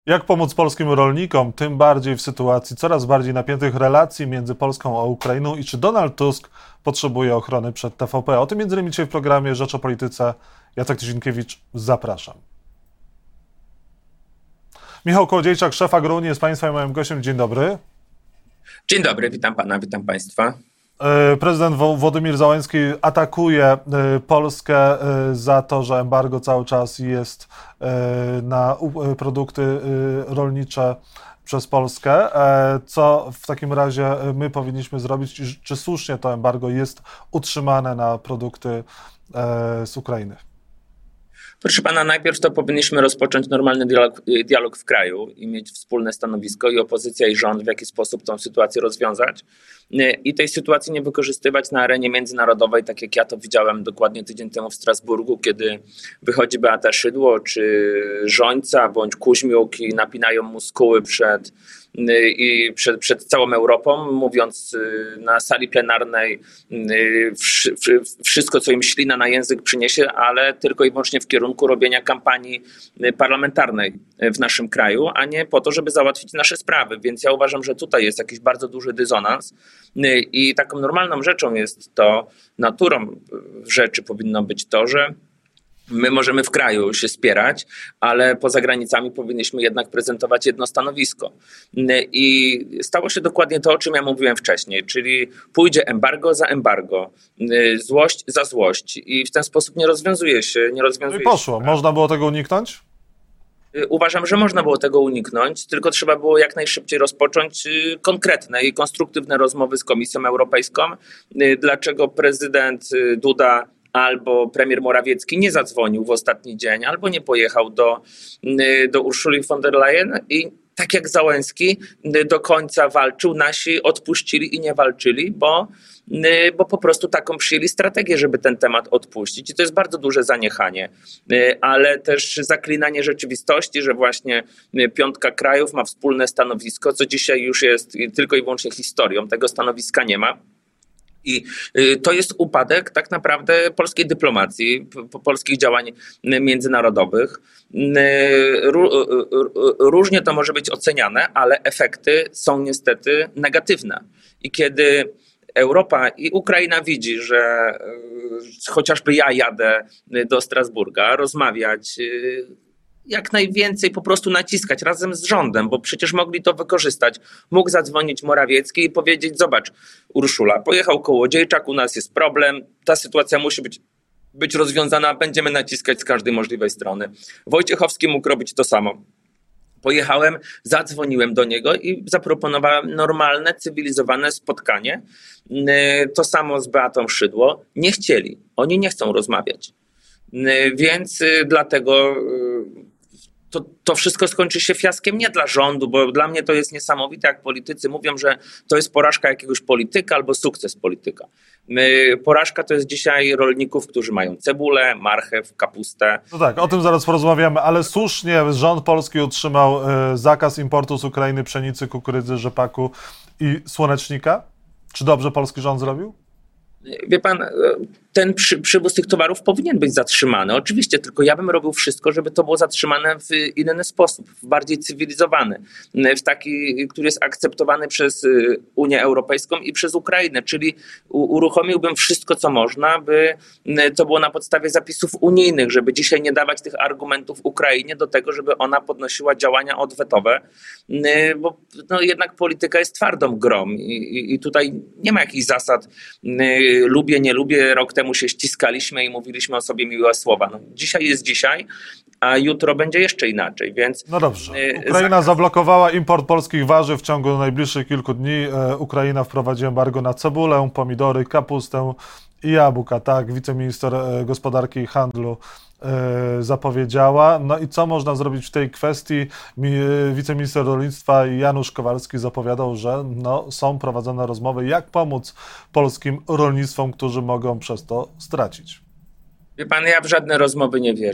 Jak pomóc polskim rolnikom, tym bardziej w sytuacji coraz bardziej napiętych relacji między Polską a Ukrainą i czy Donald Tusk potrzebuje ochrony przed TVP? O tym między innymi dzisiaj w programie Rzecz o Polityce. Jacek Tyzinkiewicz, zapraszam. Michał Kołodziejczak, szef Agro-Unii, jest Państwa i moim gościem. Dzień dobry. Dzień dobry, witam Pana, witam Państwa. Prezydent Władimir Zełenski atakuje Polskę za to, że embargo cały czas jest na produkty rolnicze przez Polskę. Co w takim razie my powinniśmy zrobić? Czy słusznie to embargo jest utrzymane na produkty z Ukrainy? Proszę Pana, najpierw to powinniśmy rozpocząć normalny dialog w kraju i mieć wspólne stanowisko i opozycja i rząd, w jaki sposób tą sytuację rozwiązać i tej sytuacji nie wykorzystywać na arenie międzynarodowej, tak jak ja to widziałem dokładnie tydzień temu w Strasburgu, kiedy wychodzi Beata Szydło czy Rzońca bądź Kuźmiuk i napinają mu skóły przed całą Europą, mówiąc na sali plenarnej wszystko, co im ślina na język przyniesie, ale tylko i wyłącznie w kierunku robienia kampanii parlamentarnej w naszym kraju, a nie po to, żeby załatwić nasze sprawy. Więc ja uważam, że tutaj jest jakiś bardzo duży dysonans i taką normalną rzeczą jest to, naturą rzeczy powinno być to, że my możemy w kraju się spierać, ale poza granicami powinniśmy jednak prezentować jedno stanowisko. I stało się dokładnie to, o czym ja mówiłem wcześniej, czyli pójdzie embargo za embargo, złość za złość i w ten sposób nie rozwiązuje się. No i poszło. Można było tego uniknąć? Uważam, że można było tego uniknąć, tylko trzeba było jak najszybciej rozpocząć konkretne i konstruktywne rozmowy z Komisją Europejską. Dlaczego prezydent Duda albo premier Morawiecki nie zadzwonił w ostatni dzień, albo nie pojechał do Ursuli von der Leyen i tak jak Zełenski do końca walczył, nasi odpuścili i nie walczyli, bo po prostu taką przyjęli strategię, żeby ten temat odpuścić. I to jest bardzo duże zaniechanie, ale też zaklinanie rzeczywistości, że właśnie piątka krajów ma wspólne stanowisko, co dzisiaj już jest tylko i wyłącznie historią. Tego stanowiska nie ma. I to jest upadek tak naprawdę polskiej dyplomacji, polskich działań międzynarodowych. Różnie to może być oceniane, ale efekty są niestety negatywne. I kiedy Europa i Ukraina widzi, że chociażby ja jadę do Strasburga rozmawiać, jak najwięcej po prostu naciskać razem z rządem, bo przecież mogli to wykorzystać. Mógł zadzwonić Morawiecki i powiedzieć: zobacz, Urszula, pojechał Kołodziejczak, u nas jest problem, ta sytuacja musi być rozwiązana, będziemy naciskać z każdej możliwej strony. Wojciechowski mógł robić to samo. Pojechałem, zadzwoniłem do niego i zaproponowałem normalne, cywilizowane spotkanie. To samo z Beatą Szydło. Nie chcieli, oni nie chcą rozmawiać. Więc dlatego to wszystko skończy się fiaskiem nie dla rządu, bo dla mnie to jest niesamowite, jak politycy mówią, że to jest porażka jakiegoś polityka albo sukces polityka. Porażka to jest dzisiaj rolników, którzy mają cebulę, marchew, kapustę. No tak, o tym zaraz porozmawiamy, ale słusznie rząd polski utrzymał zakaz importu z Ukrainy pszenicy, kukurydzy, rzepaku i słonecznika. Czy dobrze polski rząd zrobił? Wie pan, ten przywóz tych towarów powinien być zatrzymany. Oczywiście, tylko ja bym robił wszystko, żeby to było zatrzymane w inny sposób, w bardziej cywilizowany, w taki, który jest akceptowany przez Unię Europejską i przez Ukrainę, czyli uruchomiłbym wszystko, co można, by to było na podstawie zapisów unijnych, żeby dzisiaj nie dawać tych argumentów Ukrainie do tego, żeby ona podnosiła działania odwetowe, bo no, jednak polityka jest twardą grą i tutaj nie ma jakichś zasad lubię, nie lubię, rok temu się ściskaliśmy i mówiliśmy o sobie miłe słowa. No, dzisiaj jest dzisiaj, a jutro będzie jeszcze inaczej, więc... No dobrze. Ukraina zablokowała import polskich warzyw w ciągu najbliższych kilku dni. Ukraina wprowadzi embargo na cebulę, pomidory, kapustę i jabłka. Tak, wiceminister gospodarki i handlu zapowiedziała. No i co można zrobić w tej kwestii? Wiceminister rolnictwa Janusz Kowalski zapowiadał, że są prowadzone rozmowy, jak pomóc polskim rolnictwom, którzy mogą przez to stracić. Wie pan, ja w żadne rozmowy nie wierzę.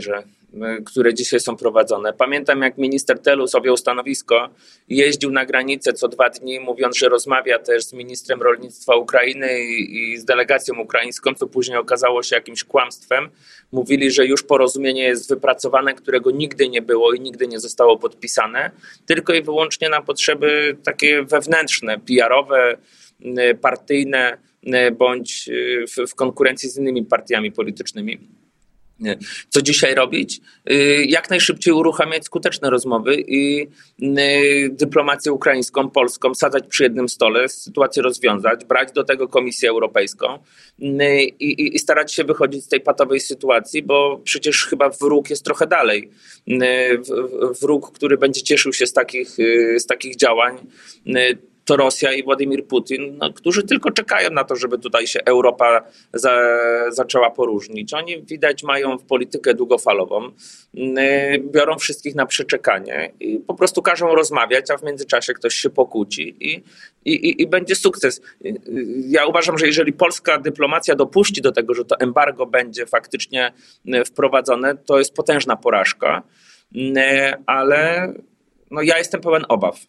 które dzisiaj są prowadzone. Pamiętam, jak minister Telus objął stanowisko, jeździł na granicę co 2 dni, mówiąc, że rozmawia też z ministrem rolnictwa Ukrainy i z delegacją ukraińską, co później okazało się jakimś kłamstwem. Mówili, że już porozumienie jest wypracowane, którego nigdy nie było i nigdy nie zostało podpisane, tylko i wyłącznie na potrzeby takie wewnętrzne, PR-owe, partyjne, bądź w konkurencji z innymi partiami politycznymi. Co dzisiaj robić? Jak najszybciej uruchamiać skuteczne rozmowy i dyplomację ukraińską, polską sadzać przy jednym stole, sytuację rozwiązać, brać do tego Komisję Europejską i starać się wychodzić z tej patowej sytuacji, bo przecież chyba wróg jest trochę dalej. Wróg, który będzie cieszył się z takich działań, to Rosja i Władimir Putin, którzy tylko czekają na to, żeby tutaj się Europa zaczęła poróżnić. Oni widać mają politykę długofalową, biorą wszystkich na przeczekanie i po prostu każą rozmawiać, a w międzyczasie ktoś się pokłóci i będzie sukces. Ja uważam, że jeżeli polska dyplomacja dopuści do tego, że to embargo będzie faktycznie wprowadzone, to jest potężna porażka, ale ja jestem pełen obaw.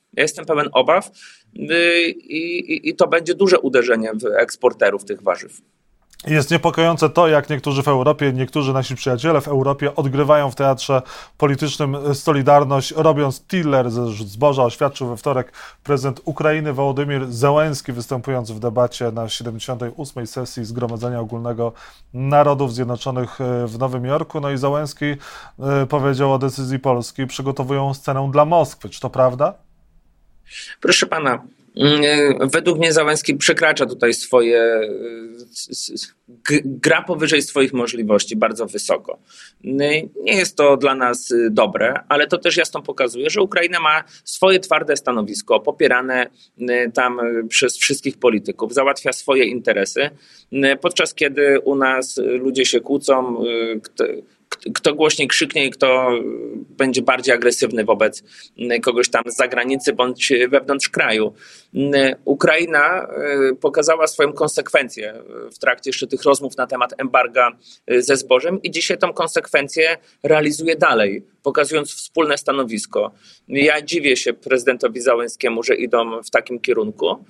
I to będzie duże uderzenie w eksporterów tych warzyw. Jest niepokojące to, jak niektórzy nasi przyjaciele w Europie odgrywają w teatrze politycznym Solidarność, robiąc tiller ze zboża, oświadczył we wtorek prezydent Ukrainy Wołodymyr Zełenski, występując w debacie na 78. sesji Zgromadzenia Ogólnego Narodów Zjednoczonych w Nowym Jorku. No i Zełenski powiedział o decyzji Polski, przygotowują scenę dla Moskwy. Czy to prawda? Proszę pana, według mnie Zełenski przekracza tutaj gra powyżej swoich możliwości bardzo wysoko. Nie jest to dla nas dobre, ale to też jasno pokazuje, że Ukraina ma swoje twarde stanowisko, popierane tam przez wszystkich polityków, załatwia swoje interesy, podczas kiedy u nas ludzie się kłócą, kto głośniej krzyknie i kto będzie bardziej agresywny wobec kogoś tam z zagranicy bądź wewnątrz kraju. Ukraina pokazała swoją konsekwencję w trakcie jeszcze tych rozmów na temat embarga ze zbożem i dzisiaj tą konsekwencję realizuje dalej, pokazując wspólne stanowisko. Ja dziwię się prezydentowi Zełenskiemu, że idą w takim kierunku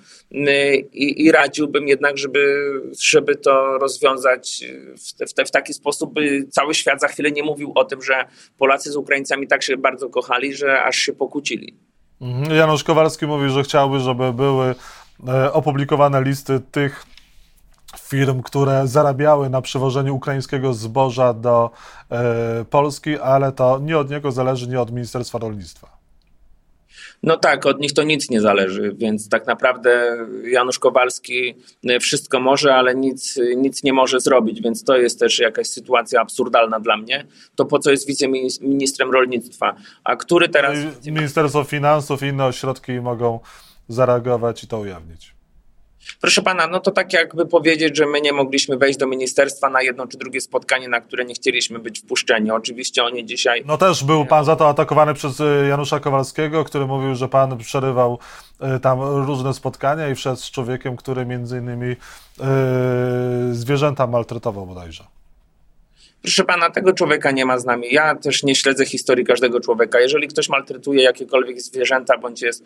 i radziłbym jednak, żeby to rozwiązać w taki sposób, by cały świat za chwilę nie mówił o tym, że Polacy z Ukraińcami tak się bardzo kochali, że aż się pokłócili. Janusz Kowalski mówi, że chciałby, żeby były opublikowane listy tych firm, które zarabiały na przywożeniu ukraińskiego zboża do Polski, ale to nie od niego zależy, nie od Ministerstwa Rolnictwa. No tak, od nich to nic nie zależy, więc tak naprawdę Janusz Kowalski wszystko może, ale nic nie może zrobić, więc to jest też jakaś sytuacja absurdalna dla mnie. To po co jest wiceministrem rolnictwa? A który teraz... Ministerstwo Finansów i inne ośrodki mogą zareagować i to ujawnić. Proszę pana, no to tak jakby powiedzieć, że my nie mogliśmy wejść do ministerstwa na jedno czy drugie spotkanie, na które nie chcieliśmy być wpuszczeni. Oczywiście oni dzisiaj... No też był pan za to atakowany przez Janusza Kowalskiego, który mówił, że pan przerywał tam różne spotkania i wszedł z człowiekiem, który między innymi zwierzęta maltretował bodajże. Proszę pana, tego człowieka nie ma z nami. Ja też nie śledzę historii każdego człowieka. Jeżeli ktoś maltretuje jakiekolwiek zwierzęta, bądź jest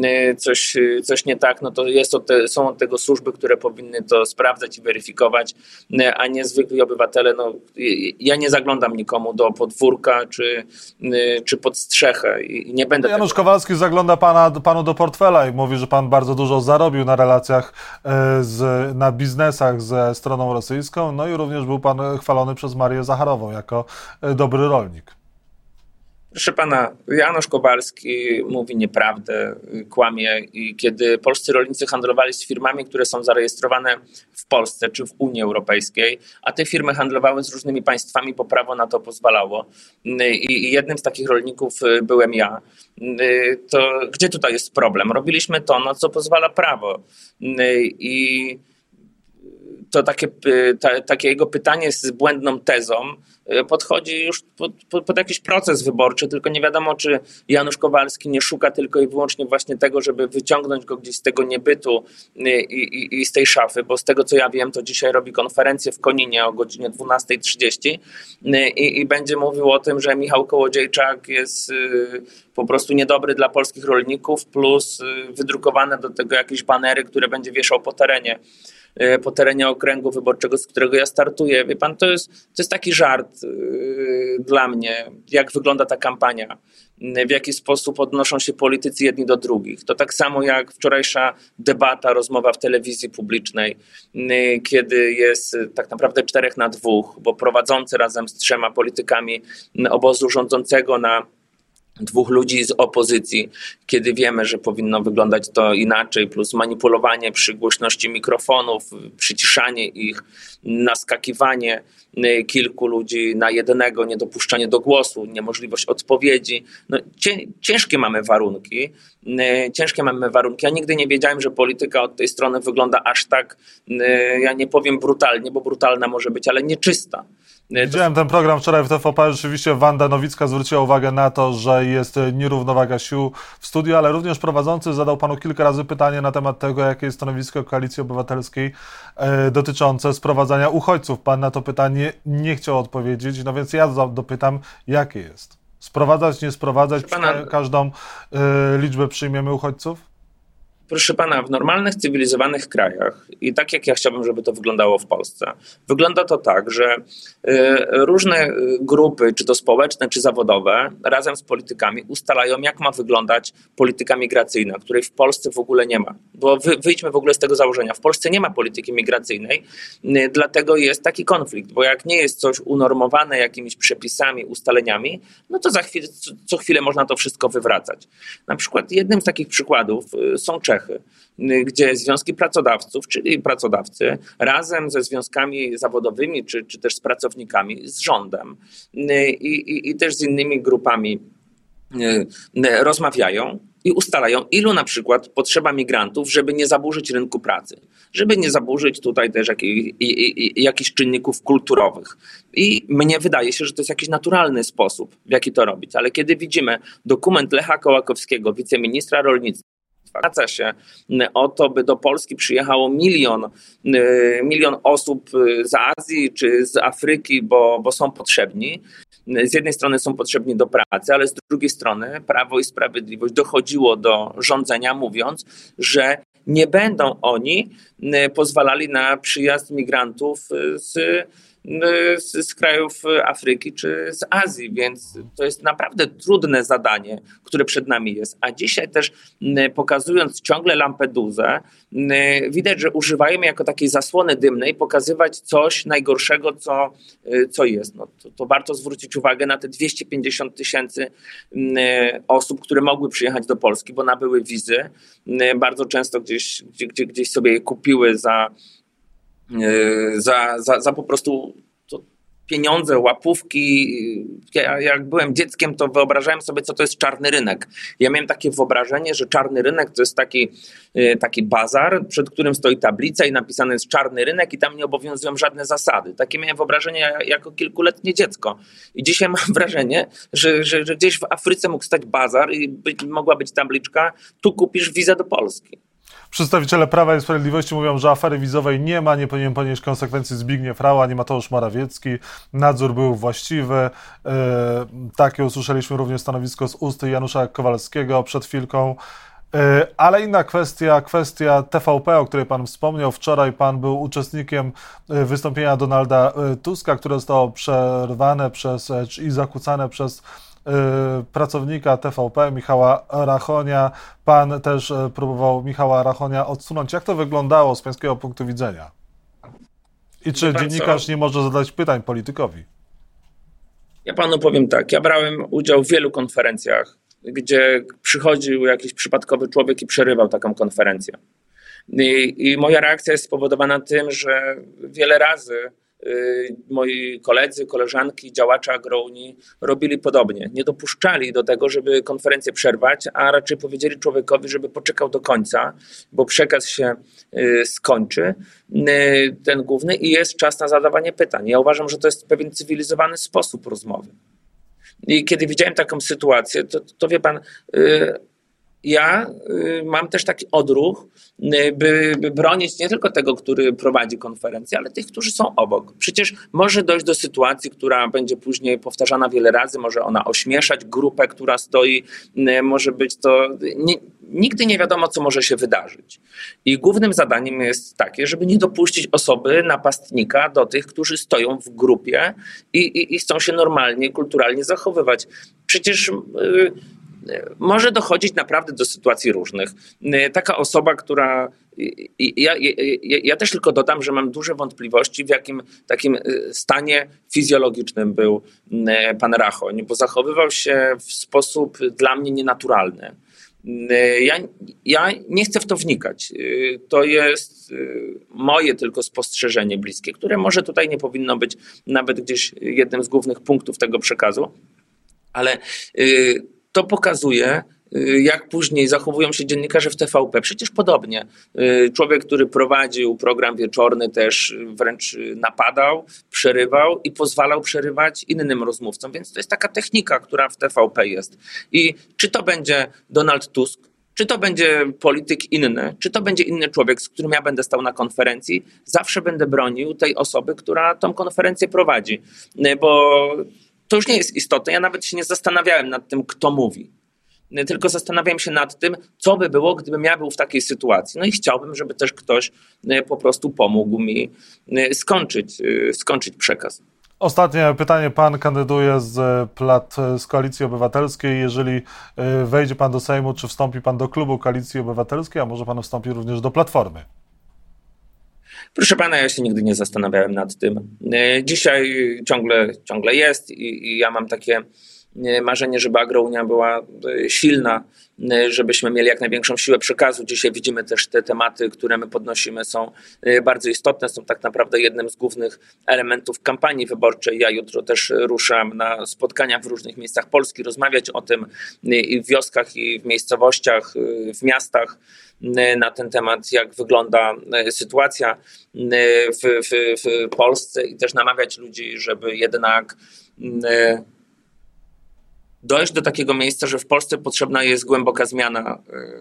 coś nie tak, no to są od tego służby, które powinny to sprawdzać i weryfikować, a nie zwykli obywatele. No, ja nie zaglądam nikomu do podwórka czy pod strzechę i nie będę... Janusz Kowalski zagląda panu do portfela i mówi, że pan bardzo dużo zarobił na relacjach, na biznesach ze stroną rosyjską, no i również był pan chwalony przez Marię Zacharową jako dobry rolnik. Proszę pana, Janusz Kowalski mówi nieprawdę, kłamie i kiedy polscy rolnicy handlowali z firmami, które są zarejestrowane w Polsce czy w Unii Europejskiej, a te firmy handlowały z różnymi państwami, bo prawo na to pozwalało i jednym z takich rolników byłem ja, to gdzie tutaj jest problem? Robiliśmy to, co pozwala prawo i to takie jego pytanie z błędną tezą podchodzi już pod jakiś proces wyborczy, tylko nie wiadomo, czy Janusz Kowalski nie szuka tylko i wyłącznie właśnie tego, żeby wyciągnąć go gdzieś z tego niebytu i z tej szafy, bo z tego co ja wiem, to dzisiaj robi konferencję w Koninie o godzinie 12:30 i będzie mówił o tym, że Michał Kołodziejczak jest po prostu niedobry dla polskich rolników, plus wydrukowane do tego jakieś banery, które będzie wieszał po terenie okręgu wyborczego, z którego ja startuję. Wie pan, to jest taki żart dla mnie, jak wygląda ta kampania, w jaki sposób odnoszą się politycy jedni do drugich. To tak samo jak wczorajsza debata, rozmowa w telewizji publicznej, kiedy jest tak naprawdę 4-2, bo prowadzący razem z 3 politykami obozu rządzącego na 2 ludzi z opozycji, kiedy wiemy, że powinno wyglądać to inaczej, plus manipulowanie przy głośności mikrofonów, przyciszanie ich, naskakiwanie kilku ludzi na jednego, niedopuszczanie do głosu, niemożliwość odpowiedzi. No, ciężkie mamy warunki. Ja nigdy nie wiedziałem, że polityka od tej strony wygląda aż tak, ja nie powiem brutalnie, bo brutalna może być, ale nieczysta. Widziałem ten program wczoraj w TVP, rzeczywiście Wanda Nowicka zwróciła uwagę na to, że jest nierównowaga sił w studiu, ale również prowadzący zadał panu kilka razy pytanie na temat tego, jakie jest stanowisko Koalicji Obywatelskiej dotyczące sprowadzania uchodźców. Pan na to pytanie nie chciał odpowiedzieć, no więc ja dopytam, jakie jest? Sprowadzać, nie sprowadzać, każdą liczbę przyjmiemy uchodźców? Proszę pana, w normalnych, cywilizowanych krajach i tak jak ja chciałbym, żeby to wyglądało w Polsce, wygląda to tak, że różne grupy, czy to społeczne, czy zawodowe, razem z politykami ustalają, jak ma wyglądać polityka migracyjna, której w Polsce w ogóle nie ma. Bo wyjdźmy w ogóle z tego założenia. W Polsce nie ma polityki migracyjnej, dlatego jest taki konflikt, bo jak nie jest coś unormowane jakimiś przepisami, ustaleniami, no to co chwilę można to wszystko wywracać. Na przykład jednym z takich przykładów są Czechy, gdzie związki pracodawców, czyli pracodawcy, razem ze związkami zawodowymi, czy też z pracownikami, z rządem i też z innymi grupami rozmawiają i ustalają, ilu na przykład potrzeba migrantów, żeby nie zaburzyć rynku pracy, żeby nie zaburzyć tutaj też jakichś czynników kulturowych. I mnie wydaje się, że to jest jakiś naturalny sposób, w jaki to robić. Ale kiedy widzimy dokument Lecha Kołakowskiego, wiceministra rolnictwa, zwraca się o to, by do Polski przyjechało milion osób z Azji czy z Afryki, bo są potrzebni. Z jednej strony są potrzebni do pracy, ale z drugiej strony Prawo i Sprawiedliwość dochodziło do rządzenia, mówiąc, że nie będą oni pozwalali na przyjazd migrantów z krajów Afryki czy z Azji, więc to jest naprawdę trudne zadanie, które przed nami jest. A dzisiaj też pokazując ciągle Lampedusę, widać, że używajmy jako takiej zasłony dymnej pokazywać coś najgorszego, co jest. No, to warto zwrócić uwagę na te 250 000 osób, które mogły przyjechać do Polski, bo nabyły wizy. Bardzo często gdzieś sobie je kupiły za po prostu pieniądze, łapówki. Ja jak byłem dzieckiem, to wyobrażałem sobie, co to jest czarny rynek. Ja miałem takie wyobrażenie, że czarny rynek to jest taki bazar, przed którym stoi tablica i napisane jest czarny rynek i tam nie obowiązują żadne zasady. Takie miałem wyobrażenie jako kilkuletnie dziecko. I dzisiaj mam wrażenie, że gdzieś w Afryce mógł stać bazar i mogła być tabliczka, tu kupisz wizę do Polski. Przedstawiciele Prawa i Sprawiedliwości mówią, że afery wizowej nie ma, nie powinien ponieść konsekwencji Zbigniew Rau, ani Mateusz Morawiecki. Nadzór był właściwy. Takie usłyszeliśmy również stanowisko z ust Janusza Kowalskiego przed chwilką. Ale inna kwestia TVP, o której pan wspomniał. Wczoraj pan był uczestnikiem wystąpienia Donalda Tuska, które zostało przerwane i zakłócane przez pracownika TVP, Michała Rachonia. Pan też próbował Michała Rachonia odsunąć. Jak to wyglądało z pańskiego punktu widzenia? I czy dziennikarz nie może zadać pytań politykowi? Ja panu powiem tak, ja brałem udział w wielu konferencjach, gdzie przychodził jakiś przypadkowy człowiek i przerywał taką konferencję. I moja reakcja jest spowodowana tym, że wiele razy moi koledzy, koleżanki, działacze Agrounii robili podobnie. Nie dopuszczali do tego, żeby konferencję przerwać, a raczej powiedzieli człowiekowi, żeby poczekał do końca, bo przekaz się skończy, ten główny, i jest czas na zadawanie pytań. Ja uważam, że to jest pewien cywilizowany sposób rozmowy. I kiedy widziałem taką sytuację, to wie pan, ja mam też taki odruch, by bronić nie tylko tego, który prowadzi konferencję, ale tych, którzy są obok. Przecież może dojść do sytuacji, która będzie później powtarzana wiele razy, może ona ośmieszać grupę, która stoi, może być to... Nigdy nie wiadomo, co może się wydarzyć. I głównym zadaniem jest takie, żeby nie dopuścić osoby, napastnika do tych, którzy stoją w grupie i chcą się normalnie, kulturalnie zachowywać. Przecież... może dochodzić naprawdę do sytuacji różnych. Taka osoba, która... Ja też tylko dodam, że mam duże wątpliwości, w jakim takim stanie fizjologicznym był pan Rachoń, bo zachowywał się w sposób dla mnie nienaturalny. Ja nie chcę w to wnikać. To jest moje tylko spostrzeżenie bliskie, które może tutaj nie powinno być nawet gdzieś jednym z głównych punktów tego przekazu, ale to pokazuje, jak później zachowują się dziennikarze w TVP. Przecież podobnie. Człowiek, który prowadził program wieczorny, też wręcz napadał, przerywał i pozwalał przerywać innym rozmówcom. Więc to jest taka technika, która w TVP jest. I czy to będzie Donald Tusk, czy to będzie polityk inny, czy to będzie inny człowiek, z którym ja będę stał na konferencji, zawsze będę bronił tej osoby, która tą konferencję prowadzi. Bo to już nie jest istotne. Ja nawet się nie zastanawiałem nad tym, kto mówi. Tylko zastanawiałem się nad tym, co by było, gdybym ja był w takiej sytuacji. No i chciałbym, żeby też ktoś po prostu pomógł mi skończyć przekaz. Ostatnie pytanie. Pan kandyduje z Koalicji Obywatelskiej. Jeżeli wejdzie pan do Sejmu, czy wstąpi pan do klubu Koalicji Obywatelskiej, a może pan wstąpi również do Platformy? Proszę pana, ja się nigdy nie zastanawiałem nad tym. Dzisiaj ciągle jest i ja mam takie marzenie, żeby Agrounia była silna, żebyśmy mieli jak największą siłę przekazu. Dzisiaj widzimy też te tematy, które my podnosimy, są bardzo istotne, są tak naprawdę jednym z głównych elementów kampanii wyborczej. Ja jutro też ruszam na spotkania w różnych miejscach Polski, rozmawiać o tym i w wioskach, i w miejscowościach, w miastach na ten temat, jak wygląda sytuacja w Polsce i też namawiać ludzi, żeby jednak dojść do takiego miejsca, że w Polsce potrzebna jest głęboka zmiana.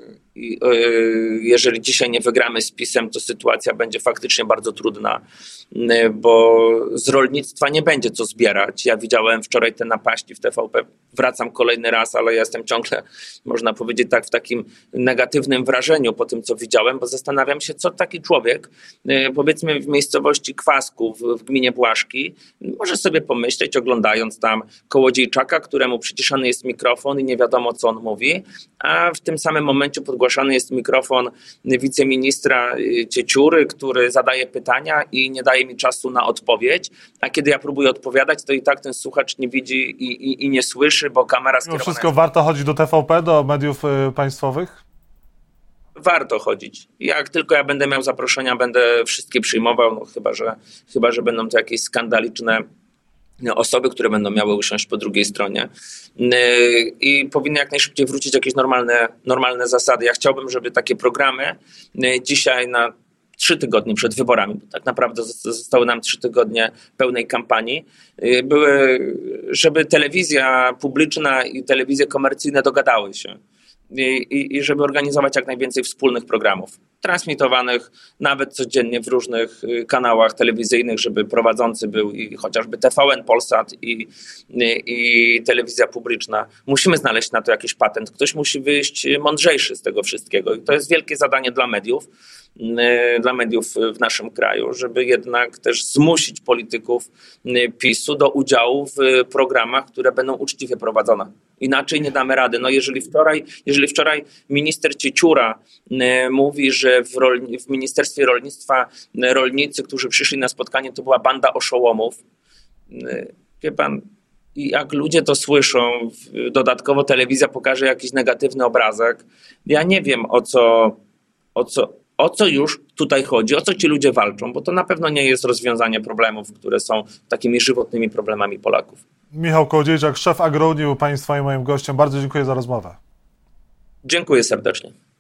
Jeżeli dzisiaj nie wygramy z PiS-em, to sytuacja będzie faktycznie bardzo trudna, bo z rolnictwa nie będzie co zbierać. Ja widziałem wczoraj te napaści w TVP, wracam kolejny raz, ale ja jestem ciągle, można powiedzieć tak, w takim negatywnym wrażeniu po tym, co widziałem, bo zastanawiam się, co taki człowiek, powiedzmy w miejscowości Kwasków w gminie Błaszki, może sobie pomyśleć, oglądając tam Kołodziejczaka, któremu przyciszany jest mikrofon i nie wiadomo, co on mówi, a w tym samym momencie podgłaszany jest mikrofon wiceministra Cieciury, który zadaje pytania i nie daje mi czasu na odpowiedź, a kiedy ja próbuję odpowiadać, to i tak ten słuchacz nie widzi i nie słyszy, bo kamera skierowana jest... Wszystko warto chodzić do TVP, do mediów państwowych? Warto chodzić. Jak tylko ja będę miał zaproszenia, będę wszystkie przyjmował, no chyba że będą to jakieś skandaliczne osoby, które będą miały usiąść po drugiej stronie i powinny jak najszybciej wrócić jakieś normalne zasady. Ja chciałbym, żeby takie programy dzisiaj na 3 tygodnie przed wyborami, bo tak naprawdę zostały nam 3 tygodnie pełnej kampanii, były, żeby telewizja publiczna i telewizje komercyjne dogadały się. I żeby organizować jak najwięcej wspólnych programów, transmitowanych nawet codziennie w różnych kanałach telewizyjnych, żeby prowadzący był i chociażby TVN, Polsat i telewizja publiczna. Musimy znaleźć na to jakiś patent. Ktoś musi wyjść mądrzejszy z tego wszystkiego i to jest wielkie zadanie dla mediów w naszym kraju, żeby jednak też zmusić polityków PiS-u do udziału w programach, które będą uczciwie prowadzone. Inaczej nie damy rady. No jeżeli wczoraj minister Cieciura mówi, że w Ministerstwie Rolnictwa rolnicy, którzy przyszli na spotkanie, to była banda oszołomów. Wie pan, jak ludzie to słyszą, dodatkowo telewizja pokaże jakiś negatywny obrazek. Ja nie wiem, o co już tutaj chodzi, o co ci ludzie walczą, bo to na pewno nie jest rozwiązanie problemów, które są takimi żywotnymi problemami Polaków. Michał Kołodziejczak, szef Agrounii, był Państwa i moim gościem. Bardzo dziękuję za rozmowę. Dziękuję serdecznie.